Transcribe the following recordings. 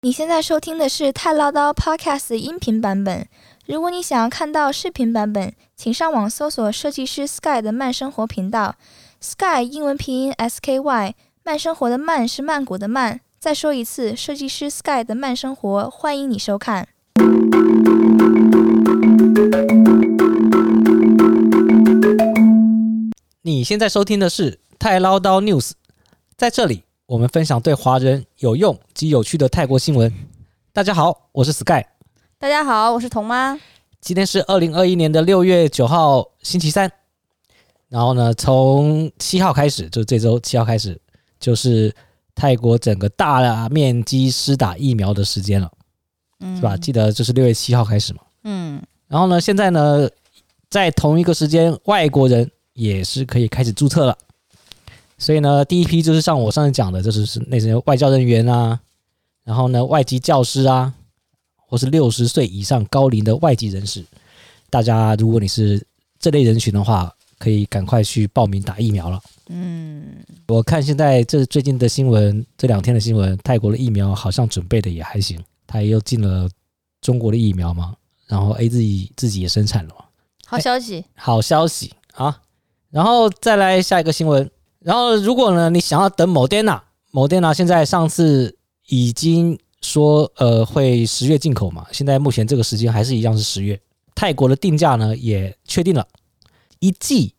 你现在收听的是太唠叨 Podcast 的音频版本。如果你想要看到视频版本，请上网搜索设计师 Sky 的慢生活频道。Sky 英文拼音 SKY， 慢生活的慢是曼谷的慢。再说一次，设计师 Sky 的慢生活，欢迎你收看。 你现在收听的是太唠叨 News， 在这里我们分享对华人有用及有趣的泰国新闻。大家好，我是 Sky。 大家好，我是童妈。 今天是2021年的6月9号星期三。然后呢，从7号开始，就这周7号开始，就是泰国整个大面积施打疫苗的时间了，是吧？记得就是6月7号开始嘛。然后呢，现在呢，在同一个时间，外国人也是可以开始注册了。所以呢，第一批就是像我上次讲的，就是那些外交人员啊，然后呢，外籍教师啊，或是60岁以上高龄的外籍人士。大家如果你是这类人群的话，可以赶快去报名打疫苗了。我看现在这最近的新闻，这2天的新闻，泰国的疫苗好像准备的也还行，他也又进了中国的疫苗嘛，然后自己也生产了嘛。 好消息， 好消息啊！然后再来下一个新闻。然后如果呢你想要等 Moderna 现在上次已经说会10月进口嘛，现在目前这个时间还是一样是10月。泰国的定价呢也确定了，1剂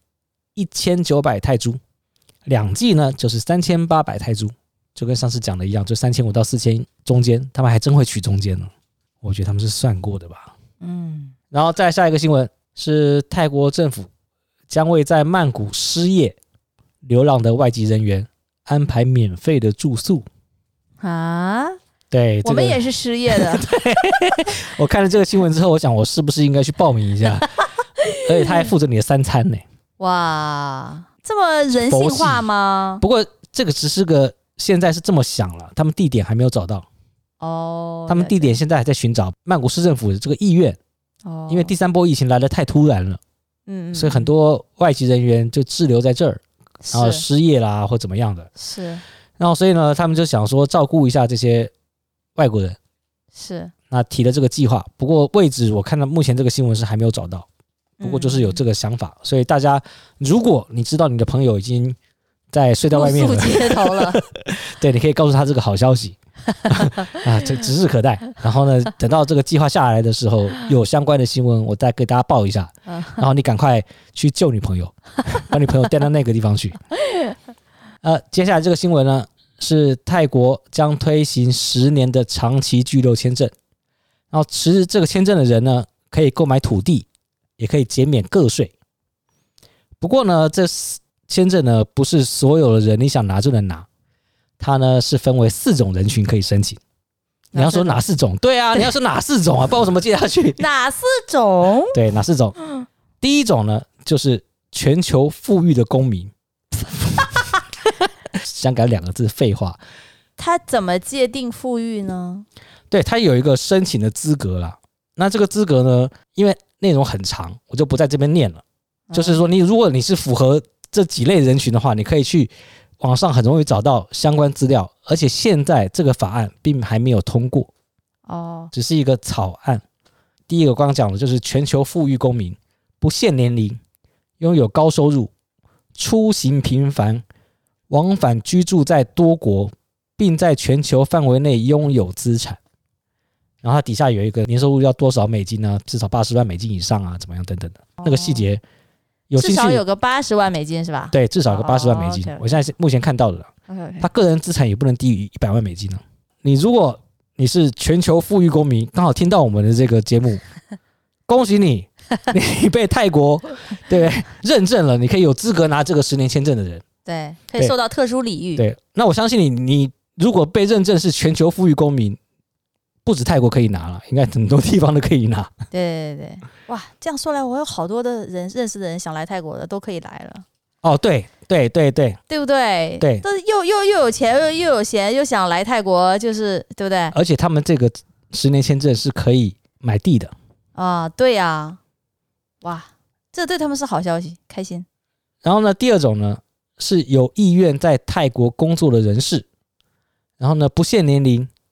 1900泰铢，2剂呢就是3800泰铢，就跟上次讲的一样，就3500到4000中间，他们还真会取中间呢。我觉得他们是算过的吧。然后再下一个新闻是泰国政府将为在曼谷失业流浪的外籍人员安排免费的住宿啊！ 对， 我们也是失业的。 我看了这个新闻之后，我想我是不是应该去报名一下？而且他还负责你的3餐呢。 哇，这么人性化吗？ 不过这个只是个现在是这么想了，他们地点还没有找到。他们地点现在还在寻找曼谷市政府的这个意愿。因为第3波疫情来得太突然了，所以很多外籍人员就滞留在这儿，然后失业啦或怎么样的。 是， 然后所以呢，他们就想说照顾一下这些外国人。 是， 那提了这个计划，不过位置我看到目前这个新闻是还没有找到，不过就是有这个想法。所以大家，如果你知道你的朋友已经在睡在外面了， 露宿街头了， 对，你可以告诉他这个好消息。这指日可待。然后呢，等到这个计划下来的时候，有相关的新闻，我再给大家报一下。然后你赶快去救女朋友，把女朋友带到那个地方去。接下来这个新闻呢，是泰国将推行10年的长期居留签证。然后持这个签证的人呢，可以购买土地，也可以减免个税。不过呢，这签证呢，不是所有的人你想拿就能拿。它呢是分为4种人群可以申请。你要说哪4种？对啊，你要说哪4种啊？不然我怎么接下去？ 哪4种？ 对，哪4种？第一种呢，就是全球富裕的公民。想改2个字，废话。 他怎么界定富裕呢？ 对，他有一个申请的资格啦。那这个资格呢，因为内容很长，我就不在这边念了。就是说，如果你是符合这几类人群的话，你可以去网上很容易找到相关资料，而且现在这个法案并还没有通过，只是一个草案。第一个刚刚讲的就是全球富裕公民，不限年龄，拥有高收入，出行频繁，往返居住在多国，并在全球范围内拥有资产。然后它底下有一个年收入要多少美金呢？至少80万美金以上啊，怎么样等等的，那个细节。 至少有个80万美金是吧？ 对，至少有个80万美金。我现在目前看到的了。他个人资产也不能低于100万美金呢。如果你是全球富裕公民，刚好听到我们的这个节目，恭喜你，你被泰国对认证了，你可以有资格拿这个10年签证的人。 对，可以受到特殊礼遇。 对，那我相信你如果被认证是全球富裕公民，不止泰国可以拿了，应该很多地方都可以拿。 对，哇，这样说来，我有好多的人认识的人想来泰国的都可以来了。 对不对？对，都是又有钱又有闲又想来泰国，就是对不对？ 而且他们这个10年签证是可以买地的啊。对啊，哇，这对他们是好消息，开心。 然后呢，第2种呢是有意愿在泰国工作的人士，然后呢不限年龄，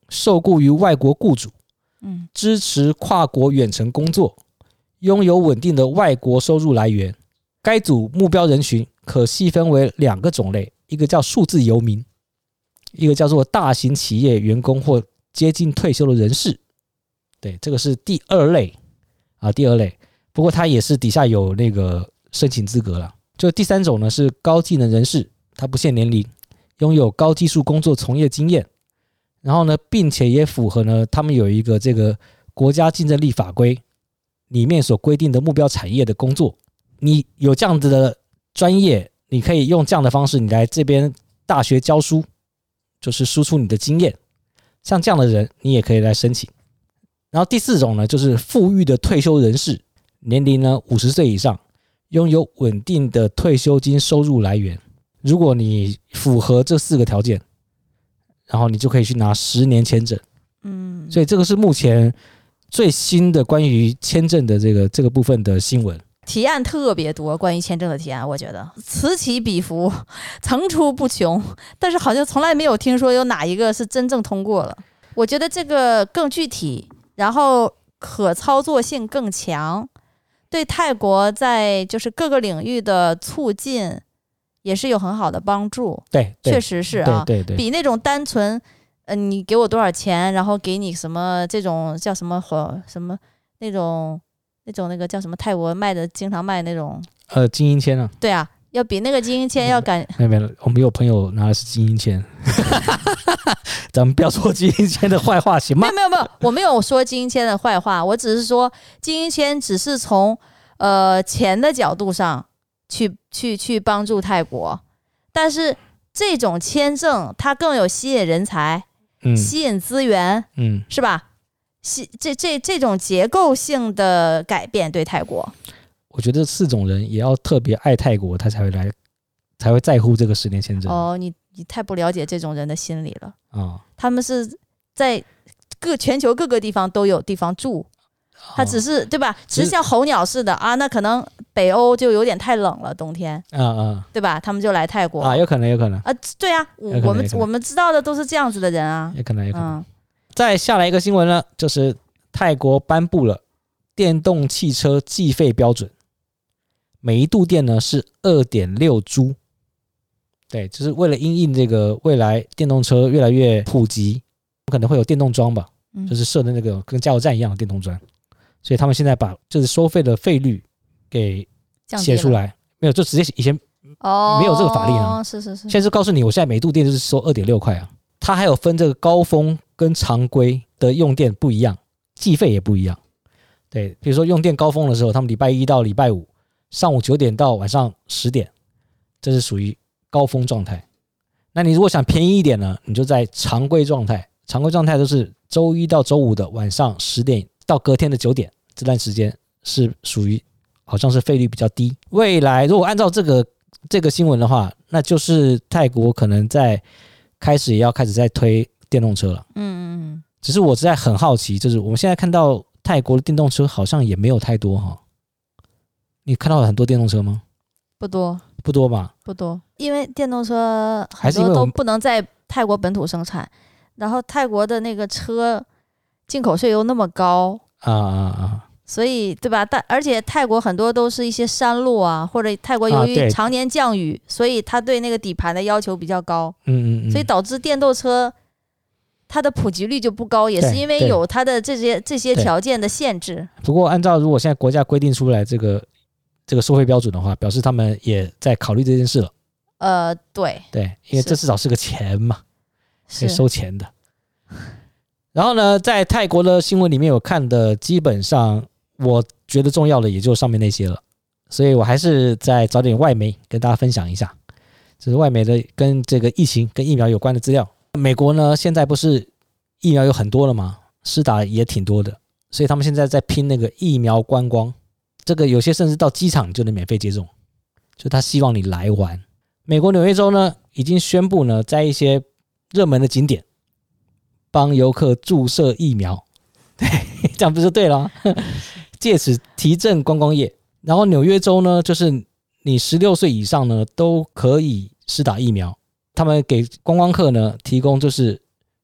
受雇于外国雇主，支持跨国远程工作，拥有稳定的外国收入来源。该组目标人群可细分为2个种类，一个叫数字游民，一个叫做大型企业员工或接近退休的人士。对，这个是第2类啊，第2类。不过它也是底下有那个申请资格了。就第3种呢是高技能人士，它不限年龄，拥有高技术工作从业经验，然后呢，并且也符合呢他们有一个这个国家竞争力法规里面所规定的目标产业的工作。你有这样子的专业，你可以用这样的方式，你来这边大学教书，就是输出你的经验。像这样的人，你也可以来申请。然后第4种呢，就是富裕的退休人士，年龄呢50岁以上，拥有稳定的退休金收入来源。如果你符合这4个条件，然后你就可以去拿10年签证。所以这个是目前最新的关于签证的这个部分的新闻。 提案特别多，关于签证的提案，我觉得此起彼伏，层出不穷，但是好像从来没有听说有哪一个是真正通过了。我觉得这个更具体，然后可操作性更强，对泰国在就是各个领域的促进也是有很好的帮助。 对， 确实是啊， 对， 比那种单纯你给我多少钱，然后给你什么这种叫什么那种那个叫什么泰国卖的经常卖那种精英签啊。 对啊，要比那个精英签要感没有，我们有朋友拿的是精英签咱们不要说精英签的坏话行吗？ 没有，我没有说精英签的坏话，我只是说精英签只是从钱的角度上去帮助泰国，但是这种签证它更有吸引人才，吸引资源，是吧？这种结构性的改变对泰国， 我觉得4种人也要特别爱泰国，他才会在乎这个10年签证。 你太不了解这种人的心理了啊！ 他们是在全球各个地方都有地方住，他只是对吧？只是像候鸟似的啊，那可能北欧就有点太冷了，冬天对吧？他们就来泰国啊，有可能啊， 对啊，我们知道的都是这样子的人啊， 有可能。再下来一个新闻呢，就是泰国颁布了电动汽车计费标准，每一度电呢是 2.6 铢。对，就是为了因应这个未来电动车越来越普及，可能会有电动桩吧，就是设的那个跟加油站一样的电动桩，所以他们现在把就是收费的费率给写出来，没有就直接以前没有这个法令啊， 是，现在是告诉你，我现在每度电就是收 2.6 块啊。它还有分这个高峰跟常规的用电不一样，计费也不一样。对，比如说用电高峰的时候，他们礼拜1到礼拜5上午9点到晚上10点，这是属于高峰状态。那你如果想便宜一点呢，你就在常规状态，常规状态都是周1到周5的晚上10点到隔天的9点，这段时间是属于好像是费率比较低。未来如果按照这个新闻的话，那就是泰国可能也要开始在推电动车了。只是我实在很好奇，就是我们现在看到泰国的电动车好像也没有太多哈。你看到了很多电动车吗？ 不多吧？ 不多，因为电动车很多都不能在泰国本土生产，然后泰国的那个车进口税又那么高所以对吧？而且泰国很多都是一些山路啊，或者泰国由于常年降雨，所以它对那个底盘的要求比较高。所以导致电动车它的普及率就不高，也是因为有它的这些条件的限制。 不过按照如果现在国家规定出来这个收费标准的话，表示他们也在考虑这件事了。 对， 因为这至少是个钱嘛，可以收钱的。然后呢，在泰国的新闻里面有看的，基本上我觉得重要的也就上面那些了，所以我还是再找点外媒跟大家分享一下，这是外媒的跟这个疫情跟疫苗有关的资料。美国呢现在不是疫苗有很多了吗？施打也挺多的，所以他们现在在拼那个疫苗观光，这个有些甚至到机场就能免费接种，就他希望你来玩。美国纽约州呢已经宣布呢，在一些热门的景点帮游客注射疫苗，对，这样不是对了吗？借此提振观光业。然后纽约州呢，就是你16岁以上呢都可以施打疫苗，他们给观光客呢提供就是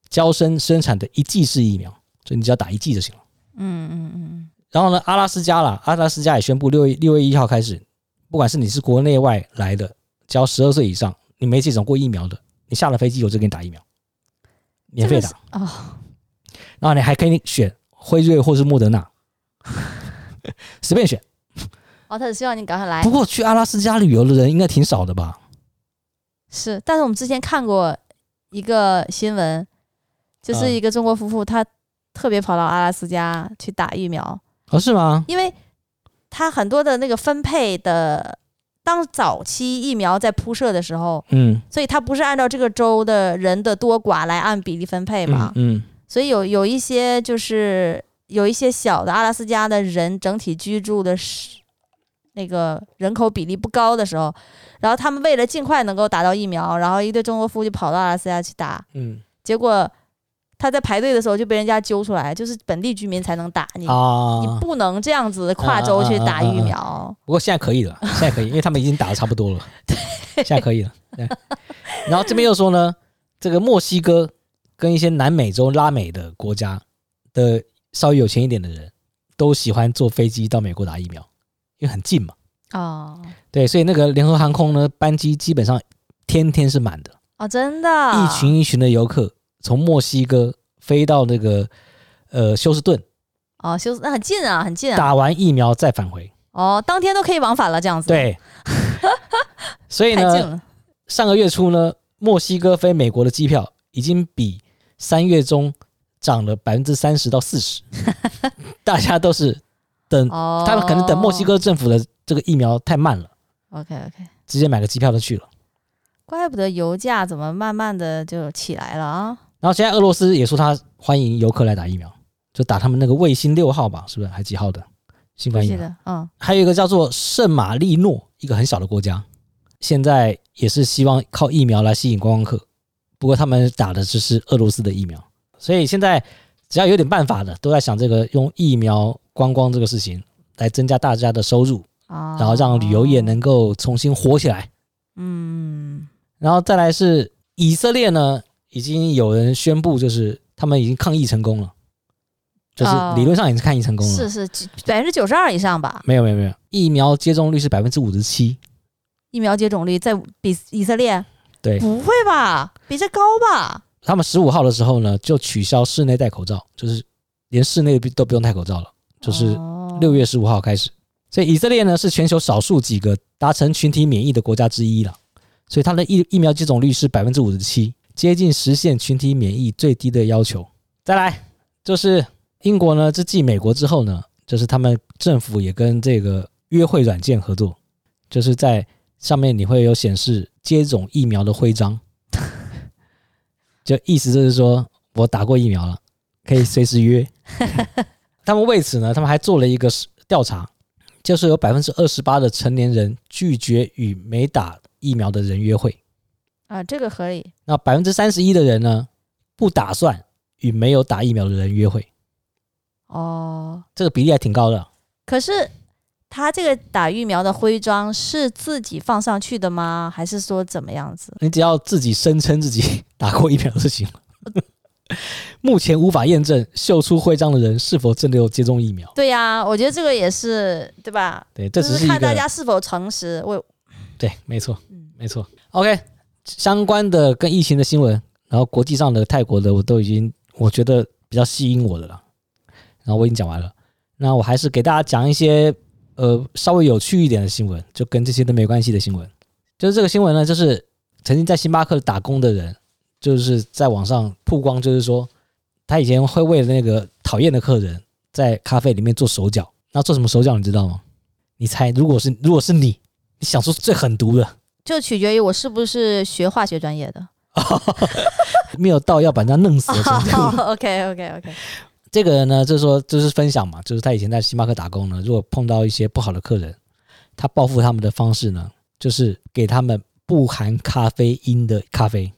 嬌生生产的一剂式疫苗，所以你只要打一剂就行了。然后呢，阿拉斯加也宣布6月1号开始，不管是你是国内外来的，只要12岁以上，你没接种过疫苗的，你下了飞机我就给你打疫苗，免费打。然后你还可以选辉瑞或是莫德纳，随便选。 他只希望你赶快来。 不过去阿拉斯加旅游的人应该挺少的吧？ 是，但是我们之前看过一个新闻，就是一个中国夫妇，他特别跑到阿拉斯加去打疫苗。 是吗？ 因为他很多的那个分配的，当早期疫苗在铺设的时候，所以他不是按照这个州的人的多寡来按比例分配嘛，所以有一些就是有一些小的阿拉斯加的人整体居住的那个人口比例不高的时候，然后他们为了尽快能够打到疫苗，然后一对中国夫妇就跑到阿拉斯加去打，结果他在排队的时候就被人家揪出来，就是本地居民才能打你，你不能这样子跨州去打疫苗。 不过现在可以了，现在可以，因为他们已经打得差不多了，现在可以了。然后这边又说呢，这个墨西哥跟一些南美洲、拉美的国家的稍微有钱一点的人，都喜欢坐飞机到美国打疫苗，因为很近嘛。对，所以那个联合航空呢，班机基本上天天是满的。 真的， 一群一群的游客。从墨西哥飞到那个休斯顿， 那很近啊，很近啊。 打完疫苗再返回， 当天都可以往返了，这样子。 对，所以呢，上个月初呢，墨西哥飞美国的机票已经比3月中涨了30%到40%，大家都是等，他们可能等墨西哥政府的这个疫苗太慢了。 OK， 直接买个机票就去了。 怪不得油价怎么慢慢的就起来了啊！ 然后现在俄罗斯也说他欢迎游客来打疫苗，就打他们那个卫星6号吧，是不是？还几号的新冠疫苗？还有一个叫做圣马力诺，一个很小的国家，现在也是希望靠疫苗来吸引观光客，不过他们打的只是俄罗斯的疫苗，所以现在只要有点办法的，都在想这个用疫苗观光这个事情来增加大家的收入，然后让旅游业能够重新活起来。然后再来是以色列呢，已经有人宣布，就是他们已经抗疫成功了，就是理论上已经抗疫成功了， 是92%以上吧？ 没有，疫苗接种率是57%， 疫苗接种率在比以色列？ 对， 不会吧？比这高吧？ 他们15号的时候呢，就取消室内戴口罩，就是连室内都不用戴口罩了，就是6月15号开始。所以以色列呢是全球少数几个达成群体免疫的国家之一了。所以它的疫苗接种率是57%，接近实现群体免疫最低的要求。再来就是英国呢，继美国之后呢，就是他们政府也跟这个约会软件合作，就是在上面你会有显示接种疫苗的徽章，就意思就是说我打过疫苗了，可以随时约。他们为此呢，他们还做了一个调查，就是有 28% 的成年人拒绝与没打疫苗的人约会这个合理。 那 31% 的人呢，不打算与没有打疫苗的人约会。这个比例还挺高的。 可是他这个打疫苗的徽章是自己放上去的吗？还是说怎么样子？ 你只要自己声称自己打过疫苗就行了。目前无法验证秀出徽章的人是否真的有接种疫苗。 对呀，我觉得这个也是，对吧？ 对，这只是看大家是否诚实。 对，没错，没错。OK， 相关的跟疫情的新闻，然后国际上的泰国的，我都已经我觉得比较吸引我的了，然后我已经讲完了。那我还是给大家讲一些稍微有趣一点的新闻，就跟这些都没关系的新闻。就是这个新闻呢，就是曾经在星巴克打工的人，就是在网上曝光，就是说他以前会为了那个讨厌的客人在咖啡里面做手脚。那做什么手脚你知道吗？你猜，如果是你想出最狠毒的， 就取决于我是不是学化学专业的。 没有到要把人家弄死的程度。 OK。 这个人呢，就是说，就是分享嘛，就是他以前在星巴克打工呢，如果碰到一些不好的客人，他报复他们的方式呢，就是给他们不含咖啡因的咖啡。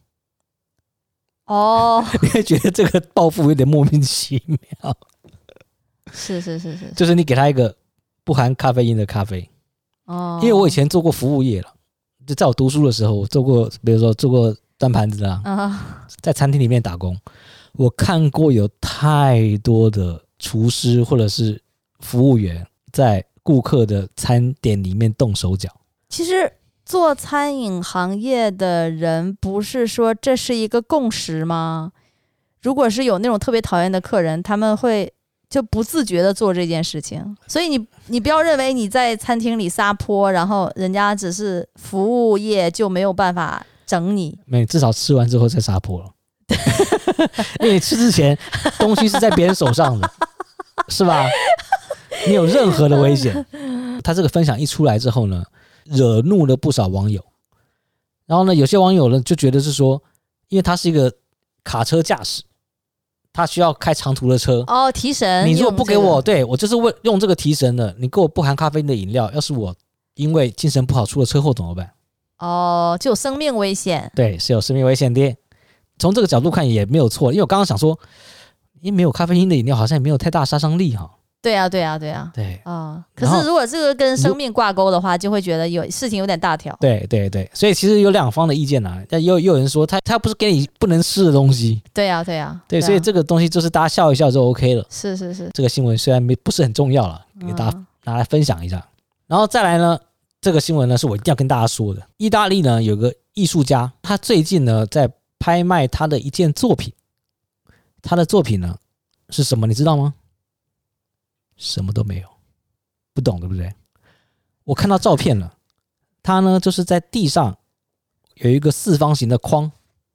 你会觉得这个报复有点莫名其妙。 是， 就是你给他一个不含咖啡因的咖啡。因为我以前做过服务业了，就在我读书的时候，我做过，比如说做过端盘子啦，在餐厅里面打工， 我看过有太多的厨师或者是服务员在顾客的餐点里面动手脚。 其实做餐饮行业的人不是说这是一个共识吗？如果是有那种特别讨厌的客人，他们会就不自觉的做这件事情。所以你不要认为你在餐厅里撒泼，然后人家只是服务业就没有办法整你。 没，至少吃完之后再撒泼了。因为你吃之前东西是在别人手上的，是吧？你有任何的危险。他这个分享一出来之后呢，惹怒了不少网友。然后呢，有些网友呢就觉得是说，因为他是一个卡车驾驶，他需要开长途的车哦，提神。 你如果不给我，对，我就是为用这个提神的，你给我不含咖啡因的饮料，要是我因为精神不好出了车祸怎么办？ 哦，就有生命危险。 对，是有生命危险的。从这个角度看也没有错，因为我刚刚想说，因为没有咖啡因的饮料好像也没有太大杀伤力哈。 对啊。对可是如果这个跟生命挂钩的话，就会觉得有事情有点大条。 对，所以其实有两方的意见啊。但又有人说他不是给你不能吃的东西。 对啊， 所以这个东西就是大家笑一笑就 OK 了。 是。 这个新闻虽然不是很重要了，给大家拿来分享一下。然后再来呢，这个新闻呢是我一定要跟大家说的。意大利呢有个艺术家，他最近呢在拍卖他的一件作品。他的作品呢是什么你知道吗？什么都没有，不懂对不对？我看到照片了，他呢就是在地上有一个四方形的框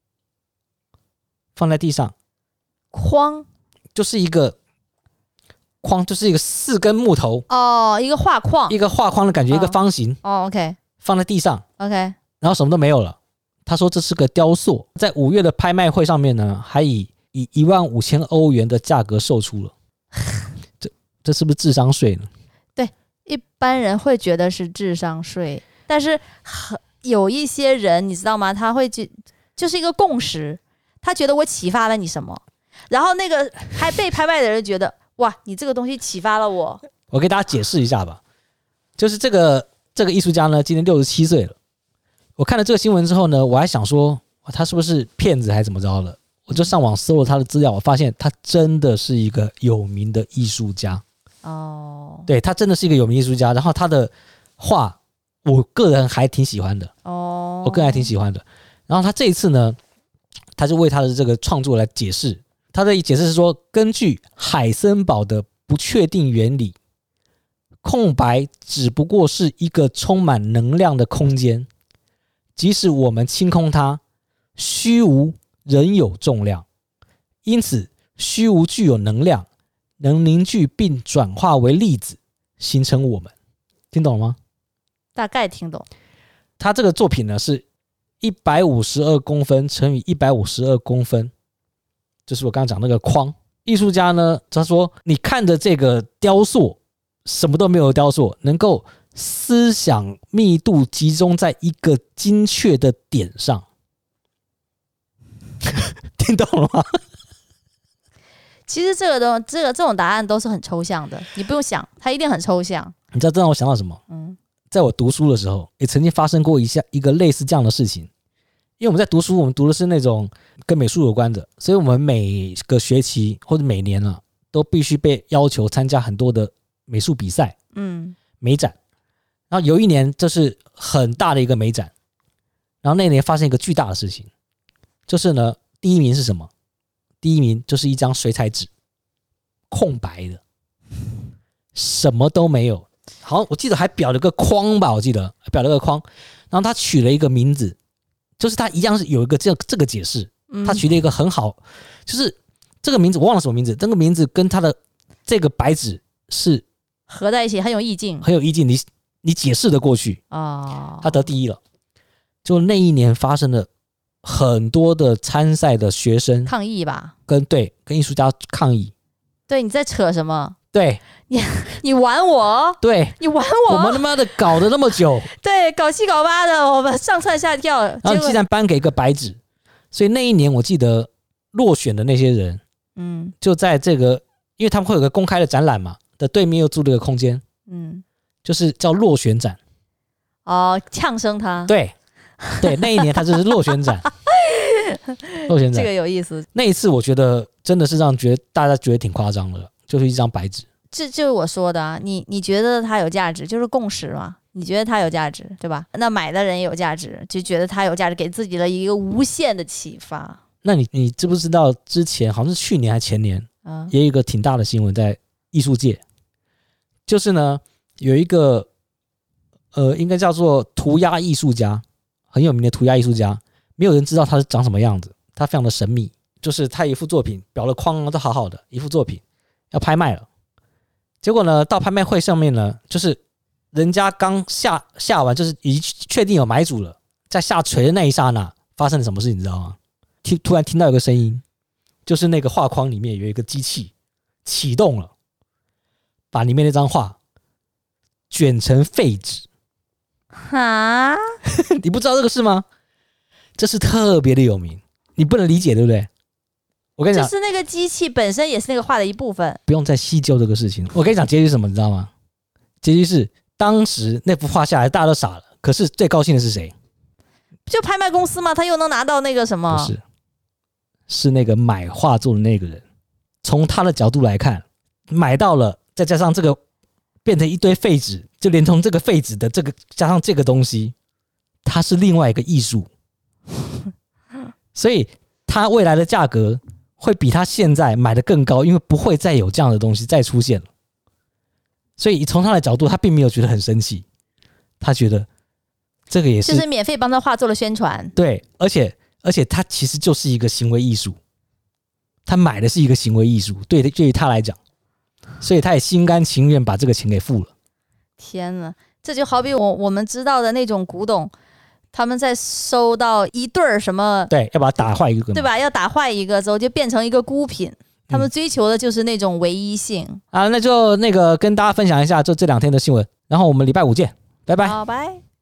放在地上。 框就是一个框，就是一个4根木头哦，一个画框， 一个画框的感觉，一个方形哦 OK 放在地上 OK， 然后什么都没有了。他说这是个雕塑，在5月的拍卖会上面呢，还以15000欧元的价格售出了。这是不是智商税呢？ 对，一般人会觉得是智商税，但是有一些人你知道吗？他会就是一个共识，他觉得我启发了你什么，然后那个还被拍卖的人觉得哇，你这个东西启发了我。 我给大家解释一下吧，就是这个艺术家呢，今年67岁了。我看了这个新闻之后呢，我还想说，他是不是骗子还是怎么着的？我就上网搜了他的资料，我发现他真的是一个有名的艺术家。 哦， 对，他真的是一个有名艺术家。然后他的画，我个人还挺喜欢的。 哦， 我个人还挺喜欢的。然后他这一次呢，他就为他的这个创作来解释。他的解释是说，根据海森堡的不确定原理，空白只不过是一个充满能量的空间，即使我们清空它，虚无仍有重量。因此，虚无具有能量，能凝聚并转化为粒子，形成我们。听懂了吗？ 大概听懂。 他这个作品呢是152公分乘以152公分，就是我刚刚讲那个框。艺术家呢，他说你看着这个雕塑，什么都没有的雕塑，能够思想密度集中在一个精确的点上。听懂了吗？ 其实这种答案都是很抽象的，你不用想，它一定很抽象。 你知道这让我想到什么？在我读书的时候，也曾经发生过一个类似这样的事情。因为我们在读书，我们读的是那种跟美术有关的，所以我们每个学期或者每年啊，都必须被要求参加很多的美术比赛，美展。然后有一年这是很大的一个美展，然后那年发生一个巨大的事情，就是呢，第一名是什么？第一名就是一张水彩纸，空白的，什么都没有。好像我记得还裱了个框吧，我记得裱了个框，然后他取了一个名字，就是他一样是有一个这个解释，他取了一个很好，就是这个名字我忘了什么名字，这个名字跟他的这个白纸是合在一起，很有意境， 很有意境，你解释得过去啊。他得第一了。就那一年发生了很多的参赛的学生抗议吧， 跟艺术家抗议。 对，你在扯什么？ 对， 你玩我？ 对， 你玩我？ 我们他妈的搞了那么久， 对，搞七搞八的，我们上蹿下跳， 然后你竟然颁给一个白纸，所以那一年我记得落选的那些人，就在这个，因为他们会有个公开的展览嘛，的对面又租了个空间，就是叫落选展。 哦，呛声他。 对，那一年他就是落选展。 肉钱仔这个有意思。 那一次我觉得真的是让大家觉得挺夸张的，就是一张白纸。 这就是我说的啊，你觉得它有价值，就是共识嘛。你觉得它有价值，对吧？那买的人也有价值，就觉得它有价值，给自己了一个无限的启发。 那你知不知道之前好像是去年还前年，也有一个挺大的新闻在艺术界，就是呢有一个应该叫做涂鸦艺术家，很有名的涂鸦艺术家，没有人知道他是长什么样子，他非常的神秘。就是他一幅作品裱了框都好好的，一幅作品要拍卖了，结果呢到拍卖会上面呢，就是人家刚下完，就是已经确定有买主了，在下垂的那一刹那发生了什么事你知道吗？突然听到有个声音，就是那个画框里面有一个机器启动了，把里面那张画卷成废纸。 哈你不知道这个事吗？这是特别的有名，你不能理解对不对？我跟你讲， 就是那个机器本身也是那个画的一部分， 不用再细究这个事情。我跟你讲结局是什么你知道吗？结局是当时那幅画下来大家都傻了，可是最高兴的是谁？ 就拍卖公司嘛，他又能拿到那个什么？ 不是，是那个买画作的那个人。从他的角度来看，买到了，再加上这个变成一堆废纸，就连同这个废纸的这个加上这个东西，它是另外一个艺术，所以它未来的价格会比他现在买的更高，因为不会再有这样的东西再出现了。所以从他的角度，他并没有觉得很生气，他觉得这个也是就是免费帮他画做了宣传。 对，而且他其实就是一个行为艺术，他买的是一个行为艺术，对于他来讲，所以他也心甘情愿把这个钱给付了。 天哪，这就好比我们知道的那种古董，他们在收到一对儿什么， 对，要把它打坏一个， 对吧？要打坏一个之后就变成一个孤品。他们追求的就是那种唯一性啊，那就跟大家分享一下这2天的新闻，然后我们礼拜5见，拜拜。 好，拜。